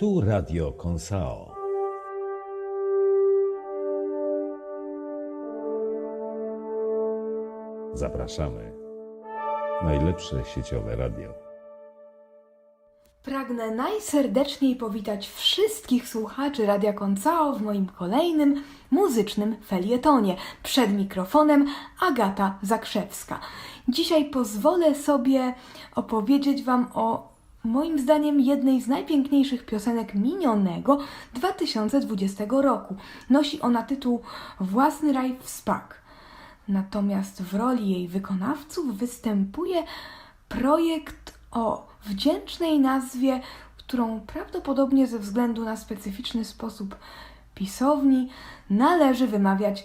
Tu Radio Konsao. Zapraszamy. Najlepsze sieciowe radio. Pragnę najserdeczniej powitać wszystkich słuchaczy Radia Konsao w moim kolejnym muzycznym felietonie. Przed mikrofonem Agata Zakrzewska. Dzisiaj pozwolę sobie opowiedzieć Wam o moim zdaniem jednej z najpiękniejszych piosenek minionego 2020 roku. Nosi ona tytuł Własny raj w spak. Natomiast w roli jej wykonawców występuje projekt o wdzięcznej nazwie, którą prawdopodobnie ze względu na specyficzny sposób pisowni należy wymawiać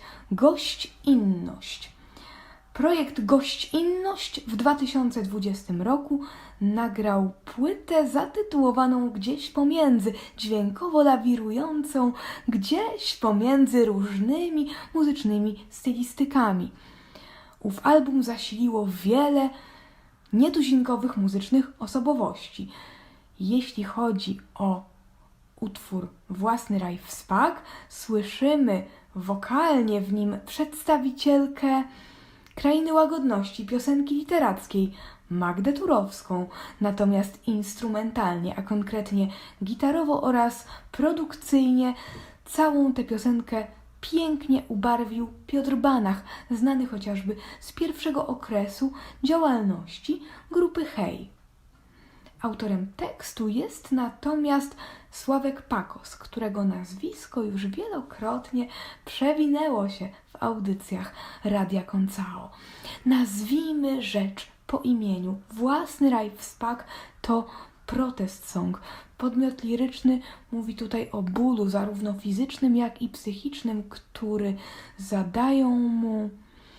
Gościnność. Projekt Gościnność w 2020 roku nagrał płytę zatytułowaną Gdzieś pomiędzy, dźwiękowo lawirującą gdzieś pomiędzy różnymi muzycznymi stylistykami. Ów album zasiliło wiele nietuzinkowych muzycznych osobowości. Jeśli chodzi o utwór Własny raj w spak, słyszymy wokalnie w nim przedstawicielkę Krainy Łagodności, piosenki literackiej, Magdę Turowską, natomiast instrumentalnie, a konkretnie gitarowo oraz produkcyjnie całą tę piosenkę pięknie ubarwił Piotr Banach, znany chociażby z pierwszego okresu działalności grupy Hej. Autorem tekstu jest natomiast Sławek Pakos, którego nazwisko już wielokrotnie przewinęło się w audycjach Radia Konsao. Nazwijmy rzecz po imieniu. Własny raj w spak to protest song. Podmiot liryczny mówi tutaj o bólu, zarówno fizycznym, jak i psychicznym, który zadają mu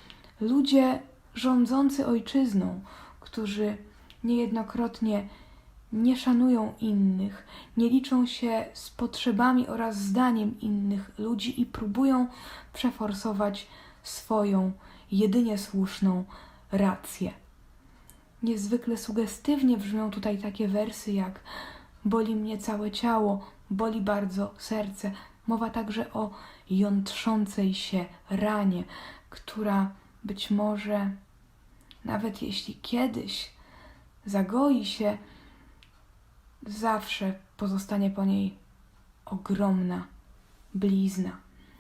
ludzie rządzący ojczyzną, którzy niejednokrotnie nie szanują innych, nie liczą się z potrzebami oraz zdaniem innych ludzi i próbują przeforsować swoją, jedynie słuszną rację. Niezwykle sugestywnie brzmią tutaj takie wersy jak boli mnie całe ciało, boli bardzo serce. Mowa także o jątrzącej się ranie, która być może, nawet jeśli kiedyś zagoi się, zawsze pozostanie po niej ogromna blizna.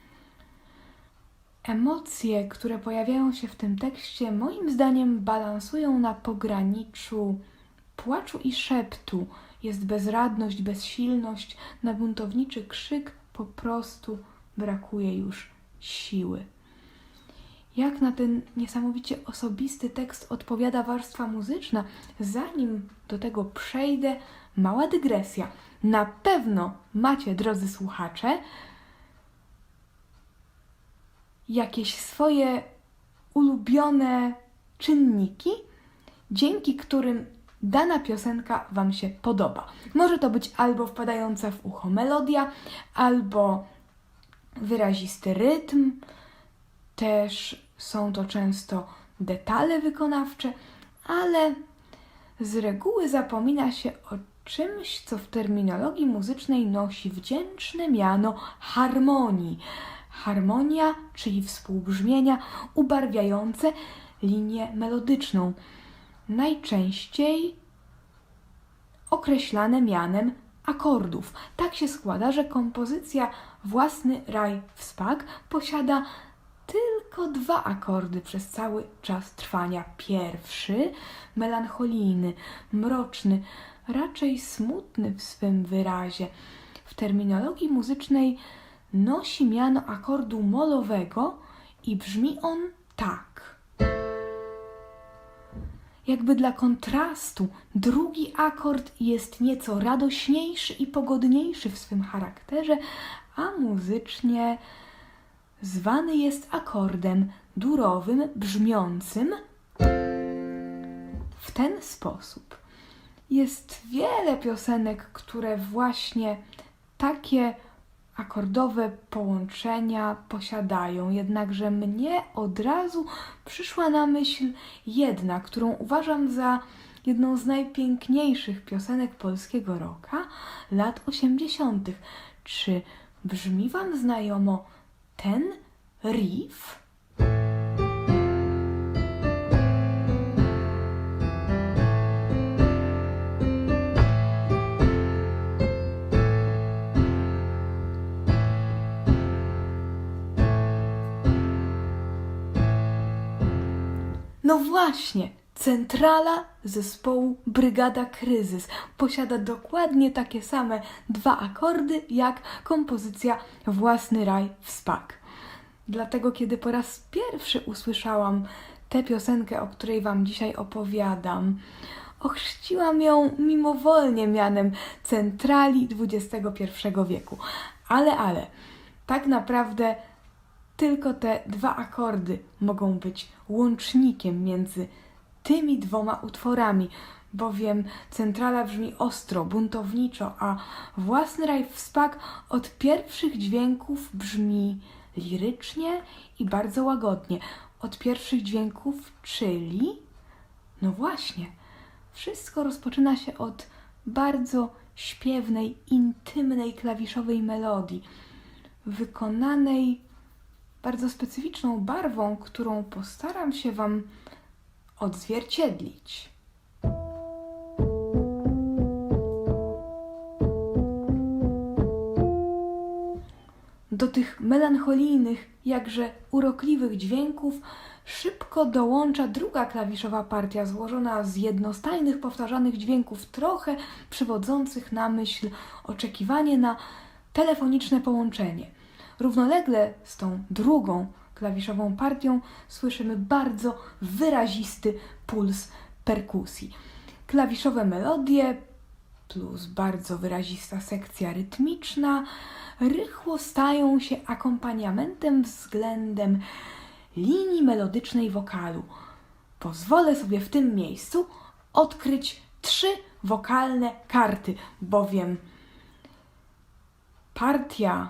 Emocje, które pojawiają się w tym tekście, moim zdaniem balansują na pograniczu płaczu i szeptu. Jest bezradność, bezsilność, na buntowniczy krzyk po prostu brakuje już siły. Jak na ten niesamowicie osobisty tekst odpowiada warstwa muzyczna? Zanim do tego przejdę, mała dygresja. Na pewno macie, drodzy słuchacze, jakieś swoje ulubione czynniki, dzięki którym dana piosenka Wam się podoba. Może to być albo wpadająca w ucho melodia, albo wyrazisty rytm. Też są to często detale wykonawcze, ale z reguły zapomina się o czymś, co w terminologii muzycznej nosi wdzięczne miano harmonii. Harmonia, czyli współbrzmienia ubarwiające linię melodyczną, najczęściej określane mianem akordów. Tak się składa, że kompozycja Własny raj w spak posiada tylko 2 akordy przez cały czas trwania. Pierwszy, melancholijny, mroczny, raczej smutny w swym wyrazie. W terminologii muzycznej nosi miano akordu molowego i brzmi on tak. Jakby dla kontrastu, drugi akord jest nieco radośniejszy i pogodniejszy w swym charakterze, a muzycznie zwany jest akordem durowym, brzmiącym w ten sposób. Jest wiele piosenek, które właśnie takie akordowe połączenia posiadają, jednakże mnie od razu przyszła na myśl jedna, którą uważam za jedną z najpiękniejszych piosenek polskiego rocka lat 80. Czy brzmi wam znajomo ten riff? No właśnie, centrala zespołu Brygada Kryzys posiada dokładnie takie same 2 akordy jak kompozycja Własny raj w spak. Dlatego kiedy po raz pierwszy usłyszałam tę piosenkę, o której wam dzisiaj opowiadam, ochrzciłam ją mimowolnie mianem centrali XXI wieku. Ale, tak naprawdę tylko te 2 akordy mogą być łącznikiem między tymi 2 utworami, bowiem centrala brzmi ostro, buntowniczo, a Własny raj w spak od pierwszych dźwięków brzmi lirycznie i bardzo łagodnie. Od pierwszych dźwięków, czyli... No właśnie, wszystko rozpoczyna się od bardzo śpiewnej, intymnej, klawiszowej melodii, wykonanej bardzo specyficzną barwą, którą postaram się wam odzwierciedlić. Do tych melancholijnych, jakże urokliwych dźwięków szybko dołącza druga klawiszowa partia złożona z jednostajnych, powtarzanych dźwięków, trochę przywodzących na myśl oczekiwanie na telefoniczne połączenie. Równolegle z tą drugą klawiszową partią słyszymy bardzo wyrazisty puls perkusji. Klawiszowe melodie plus bardzo wyrazista sekcja rytmiczna rychło stają się akompaniamentem względem linii melodycznej wokalu. Pozwolę sobie w tym miejscu odkryć 3 wokalne karty, bowiem partia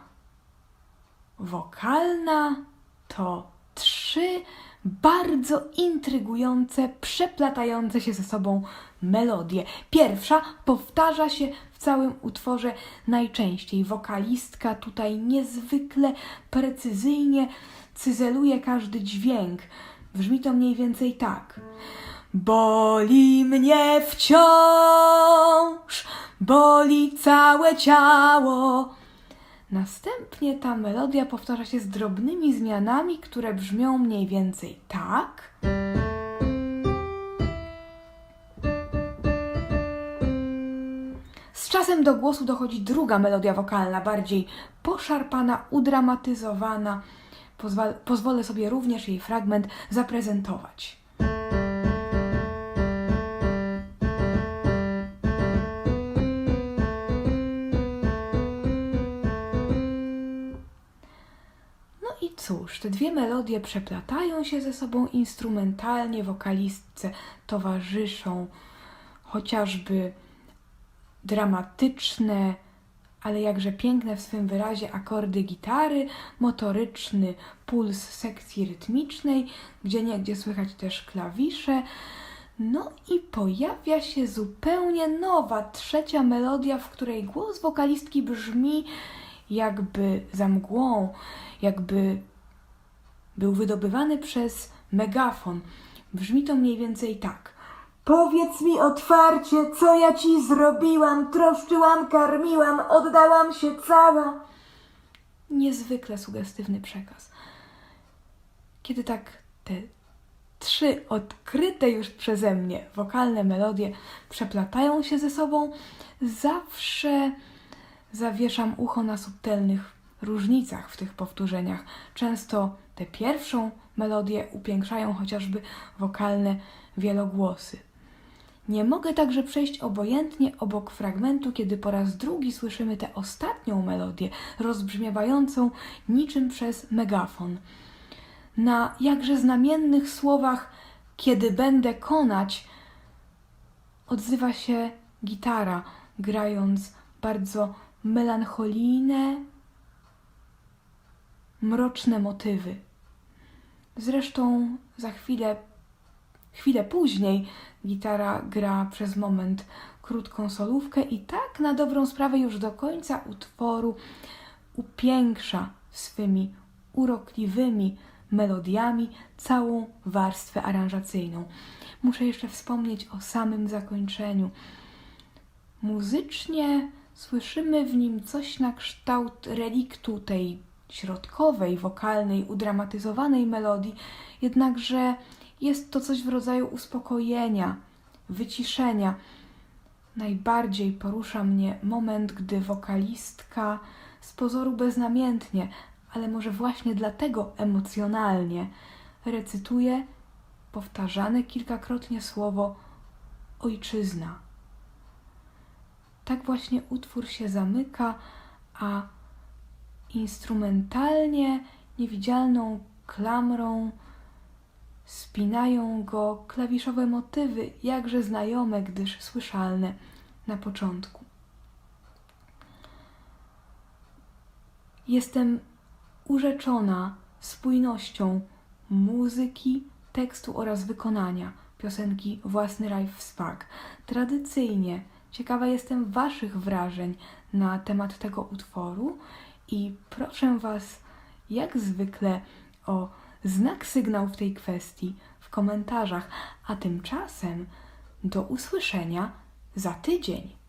wokalna to 3 bardzo intrygujące, przeplatające się ze sobą melodie. Pierwsza powtarza się w całym utworze najczęściej. Wokalistka tutaj niezwykle precyzyjnie cyzeluje każdy dźwięk. Brzmi to mniej więcej tak. Boli mnie wciąż, boli całe ciało. Następnie ta melodia powtarza się z drobnymi zmianami, które brzmią mniej więcej tak. Z czasem do głosu dochodzi druga melodia wokalna, bardziej poszarpana, udramatyzowana. Pozwolę sobie również jej fragment zaprezentować. I cóż, te 2 melodie przeplatają się ze sobą instrumentalnie, wokalistce towarzyszą chociażby dramatyczne, ale jakże piękne w swym wyrazie akordy gitary, motoryczny puls sekcji rytmicznej, gdzieniegdzie słychać też klawisze. No i pojawia się zupełnie nowa, 3. melodia, w której głos wokalistki brzmi jakby za mgłą, jakby był wydobywany przez megafon. Brzmi to mniej więcej tak. Powiedz mi otwarcie, co ja ci zrobiłam, troszczyłam, karmiłam, oddałam się cała. Niezwykle sugestywny przekaz. Kiedy tak te 3 odkryte już przeze mnie wokalne melodie przeplatają się ze sobą, zawsze zawieszam ucho na subtelnych różnicach w tych powtórzeniach. Często tę pierwszą melodię upiększają chociażby wokalne wielogłosy. Nie mogę także przejść obojętnie obok fragmentu, kiedy po raz drugi słyszymy tę ostatnią melodię, rozbrzmiewającą niczym przez megafon. Na jakże znamiennych słowach „kiedy będę konać” odzywa się gitara, grając bardzo melancholijne, mroczne motywy. Zresztą za Chwilę później gitara gra przez moment krótką solówkę i tak na dobrą sprawę już do końca utworu upiększa swymi urokliwymi melodiami całą warstwę aranżacyjną. Muszę jeszcze wspomnieć o samym zakończeniu. Muzycznie słyszymy w nim coś na kształt reliktu tej środkowej, wokalnej, udramatyzowanej melodii, jednakże jest to coś w rodzaju uspokojenia, wyciszenia. Najbardziej porusza mnie moment, gdy wokalistka z pozoru beznamiętnie, ale może właśnie dlatego emocjonalnie, recytuje powtarzane kilkakrotnie słowo ojczyzna. Tak właśnie utwór się zamyka, a instrumentalnie, niewidzialną klamrą spinają go klawiszowe motywy, jakże znajome, gdyż słyszalne na początku. Jestem urzeczona spójnością muzyki, tekstu oraz wykonania piosenki Własny raj w Spark. Tradycyjnie ciekawa jestem Waszych wrażeń na temat tego utworu i proszę Was, jak zwykle, o znak, sygnał w tej kwestii w komentarzach, a tymczasem do usłyszenia za tydzień.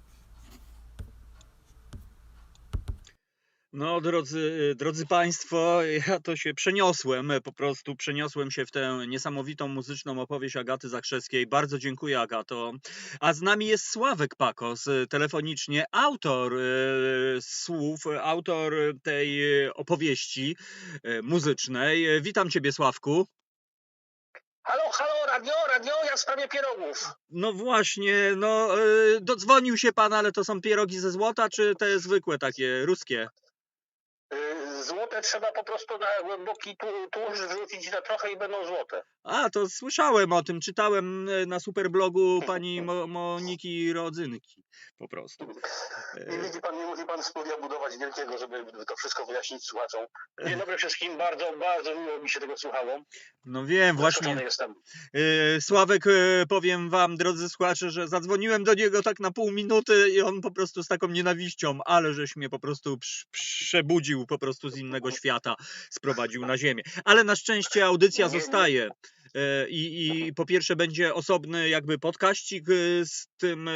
No, drodzy Państwo, ja to się przeniosłem, po prostu przeniosłem się w tę niesamowitą muzyczną opowieść Agaty Zakrzewskiej. Bardzo dziękuję, Agato. A z nami jest Sławek Pakos, telefonicznie autor słów, autor tej opowieści muzycznej. Witam Ciebie, Sławku. Halo, radio, ja w sprawie pierogów. No właśnie, no dodzwonił się Pan, ale to są pierogi ze złota, czy te zwykłe takie, ruskie? Złote trzeba po prostu na głęboki tłuszcz wrzucić na trochę i będą złote. A, to słyszałem o tym, czytałem na superblogu pani Moniki Rodzynki, po prostu. Nie widzi pan, nie musi pan studia budować wielkiego, żeby to wszystko wyjaśnić słuchaczom. Dzień dobry wszystkim, bardzo miło mi się tego słuchało. No wiem, właśnie. Jestem. Sławek, powiem wam, drodzy słuchacze, że zadzwoniłem do niego tak na pół minuty i on po prostu z taką nienawiścią, ale żeś mnie po prostu przebudził po prostu z innego świata, sprowadził na ziemię. Ale na szczęście audycja zostaje. I po pierwsze będzie osobny jakby podkaścik z tym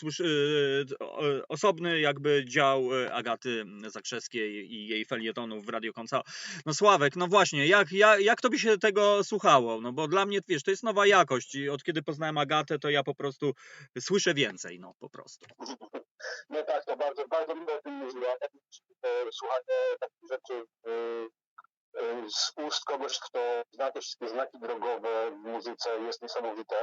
osobny jakby dział Agaty Zakrzewskiej i jej felietonów w Radio Koncao. No Sławek, no właśnie, jak tobie się tego słuchało? No bo dla mnie, wiesz, to jest nowa jakość i od kiedy poznałem Agatę, to ja po prostu słyszę więcej, no po prostu. No tak, to bardzo miło o tym mówiła. Słuchanie takich rzeczy z ust kogoś, kto zna te wszystkie znaki drogowe w muzyce, jest niesamowite.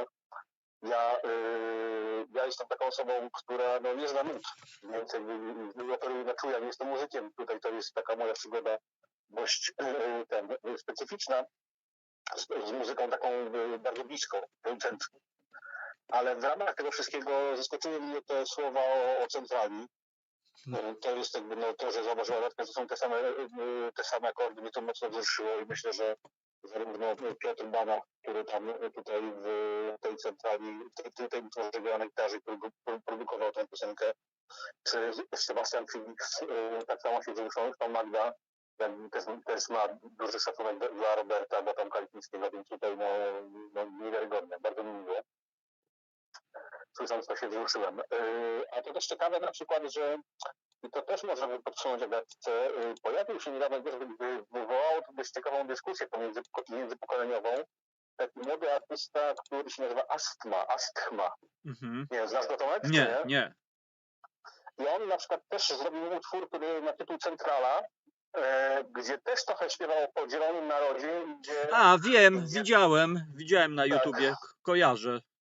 Ja jestem taką osobą, która nie zna nut, więc operuję na czuja, nie jestem muzykiem. Tutaj to jest taka moja przygoda dość specyficzna, z muzyką taką bardzo bliską, producencką. Ale w ramach tego wszystkiego zaskoczyły mnie te słowa o centrali. To jest jakby to, że zauważyła Radka, że są te same akordy, mnie to mocno wzruszyło i myślę, że zarówno Piotr Banach, który tam tutaj w tej centrali, w tej utworze na gitarze, który produkował tę piosenkę, czy Sebastian Filip tak samo się wzruszał, zresztą Magda też ma duży szacunek dla Roberta, bo tam Kalipińskiego, więc tutaj niewiarygodne, bardzo mi miło. Słysząc to się wzruszyłem. A to też ciekawe na przykład, że i to też możemy podsunąć Agatce, pojawił się niedawno, wywołał to dość ciekawą dyskusję międzypokoleniową. Taki młody artysta, który się nazywa Asthma. Mhm. Nie, znasz go, Tomek? Nie. I on na przykład też zrobił utwór, który ma tytuł Centrala, gdzie też trochę śpiewał o Zielonym Narodzie. Wiem, widziałem na YouTubie, kojarzę.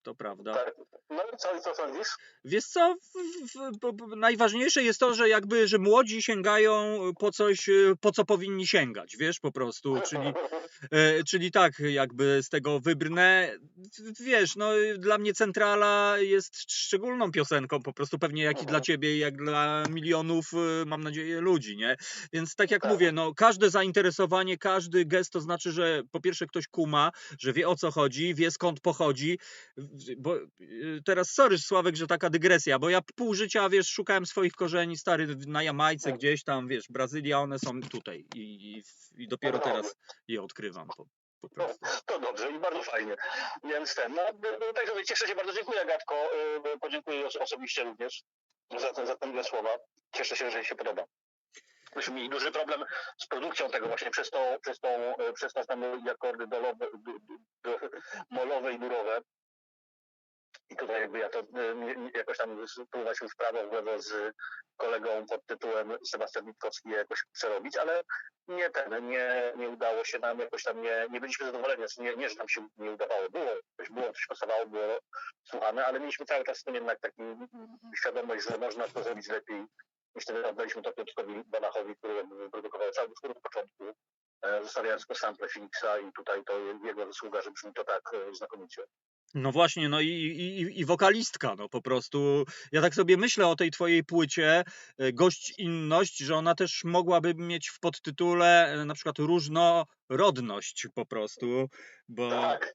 to prawda. Tak. No i co sądzisz? Wiesz co, najważniejsze jest to, że młodzi sięgają po coś, po co powinni sięgać, wiesz, po prostu, czyli tak jakby z tego wybrnę, wiesz, no dla mnie Centrala jest szczególną piosenką, po prostu pewnie jak i dla ciebie, jak dla milionów, mam nadzieję, ludzi, nie? Więc tak jak mówię, no każde zainteresowanie, każdy gest to znaczy, że po pierwsze ktoś kuma, że wie o co chodzi, wie skąd pochodzi, bo teraz sorry Sławek, że taka dygresja, bo ja pół życia, wiesz, szukałem swoich korzeni, stary, na Jamajce gdzieś tam, wiesz, Brazylia, one są tutaj i dopiero teraz je odkrywam po prostu. To dobrze i bardzo fajnie. Więc także cieszę się bardzo, dziękuję Agatko, podziękuję osobiście również za te miłe słowa. Cieszę się, że się podoba. Myśmy mieli duży problem z produkcją tego właśnie przez nas tam akordy molowe i durowe. I tutaj jakby ja to jakoś tam spróbowaliśmy w prawo, w lewo z kolegą pod tytułem Sebastian Witkowski jakoś przerobić, ale nie udało się nam, jakoś tam nie byliśmy zadowoleni, nie, że nam się nie udawało. Coś pasowało, było słuchane, ale mieliśmy cały czas jednak taką świadomość, że można to zrobić lepiej. I wtedy oddaliśmy to Piotrkowi Banachowi, który wyprodukował cały utwór od początku, zostawiając tylko sample Phoenixa i tutaj to jego zasługa, że brzmi to tak znakomicie. No właśnie, no i wokalistka, no po prostu. Ja tak sobie myślę o tej twojej płycie, Gościnność, że ona też mogłaby mieć w podtytule na przykład różnorodność po prostu, bo... Tak,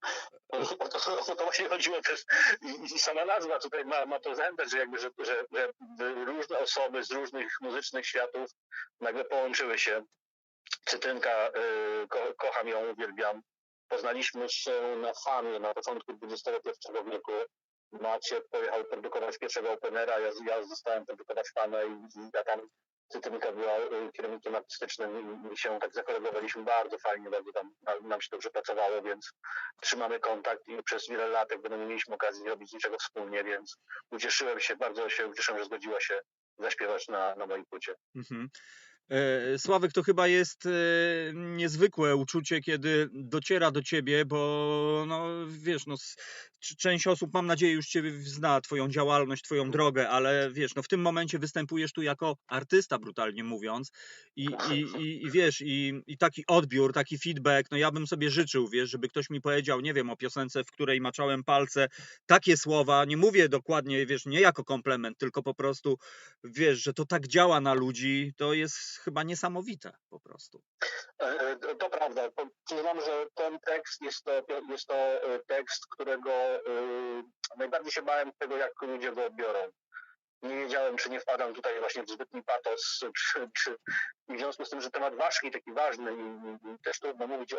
o to właśnie chodziło też i sama nazwa tutaj ma to zębę, że jakby, że różne osoby z różnych muzycznych światów nagle połączyły się. Cytrynka, kocham ją, uwielbiam. Poznaliśmy się na Famie na początku XXI wieku. Maciek pojechał produkować pierwszego openera, ja zostałem produkować Famę i ja tam Cytrynka była kierownikiem artystycznym i się tak zakolegowaliśmy bardzo fajnie, bardzo tam nam się dobrze pracowało, więc trzymamy kontakt i przez wiele lat jakby nie mieliśmy okazji robić niczego wspólnie, więc bardzo się ucieszyłem, że zgodziła się zaśpiewać na mojej płycie. Mhm. Sławek, to chyba jest niezwykłe uczucie, kiedy dociera do ciebie, bo no wiesz, no część osób, mam nadzieję, już ciebie zna, twoją działalność, twoją drogę, ale wiesz, no w tym momencie występujesz tu jako artysta, brutalnie mówiąc, i wiesz, i taki odbiór, taki feedback, no ja bym sobie życzył, wiesz, żeby ktoś mi powiedział, nie wiem, o piosence, w której maczałem palce, takie słowa, nie mówię dokładnie, wiesz, nie jako komplement, tylko po prostu, wiesz, że to tak działa na ludzi, to jest chyba niesamowite po prostu. To prawda. Przyznam, że ten tekst jest to tekst, którego najbardziej się bałem tego, jak ludzie go odbiorą. Nie wiedziałem, czy nie wpadam tutaj właśnie w zbytni patos, i w związku z tym, że temat ważki, taki ważny i też trudno mówić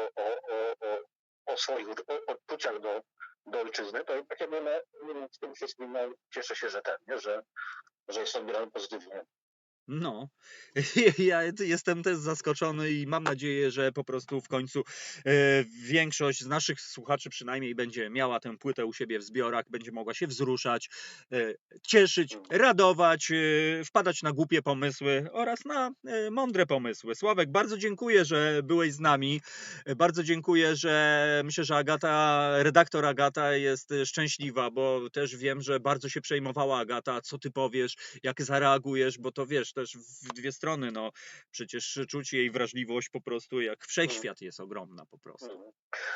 o swoich odczuciach do ojczyzny, to tak jakby w tym wszystkim cieszę się, że jest odbierany pozytywnie. No, ja jestem też zaskoczony i mam nadzieję, że po prostu w końcu większość z naszych słuchaczy przynajmniej będzie miała tę płytę u siebie w zbiorach, będzie mogła się wzruszać, cieszyć, radować, wpadać na głupie pomysły oraz na mądre pomysły. Sławek, bardzo dziękuję, że byłeś z nami. Bardzo dziękuję, że myślę, że redaktor Agata jest szczęśliwa, bo też wiem, że bardzo się przejmowała Agata, co ty powiesz, jak zareagujesz, bo to wiesz, też w dwie strony, no przecież czuć jej wrażliwość po prostu, jak wszechświat jest ogromna po prostu.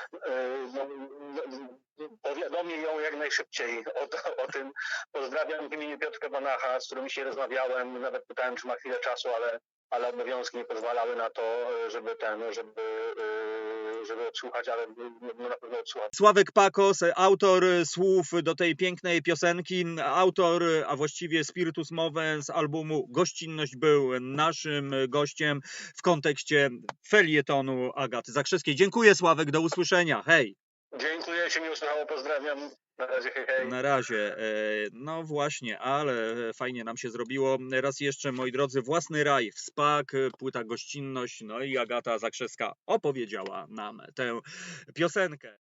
Powiadomię ją jak najszybciej o tym. Pozdrawiam w imieniu Piotrka Banacha, z którym się rozmawiałem, nawet pytałem, czy ma chwilę czasu, ale obowiązki nie pozwalały na to, żeby odsłuchać, ale na pewno odsłucham. Sławek Pakos, autor słów do tej pięknej piosenki, autor, a właściwie spiritus movens albumu Gościnność, był naszym gościem w kontekście felietonu Agaty Zakrzewskiej. Dziękuję, Sławek, do usłyszenia. Hej! Dziękuję, się miło słuchało, pozdrawiam. Na razie, hej, hej. Na razie. No właśnie, ale fajnie nam się zrobiło. Raz jeszcze, moi drodzy, Własny raj w SPAK, płyta Gościnność, no i Agata Zakrzewska opowiedziała nam tę piosenkę.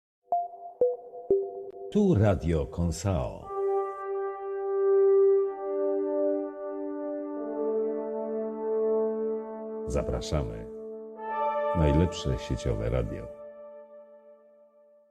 Tu Radio Konsao. Zapraszamy. Najlepsze sieciowe radio.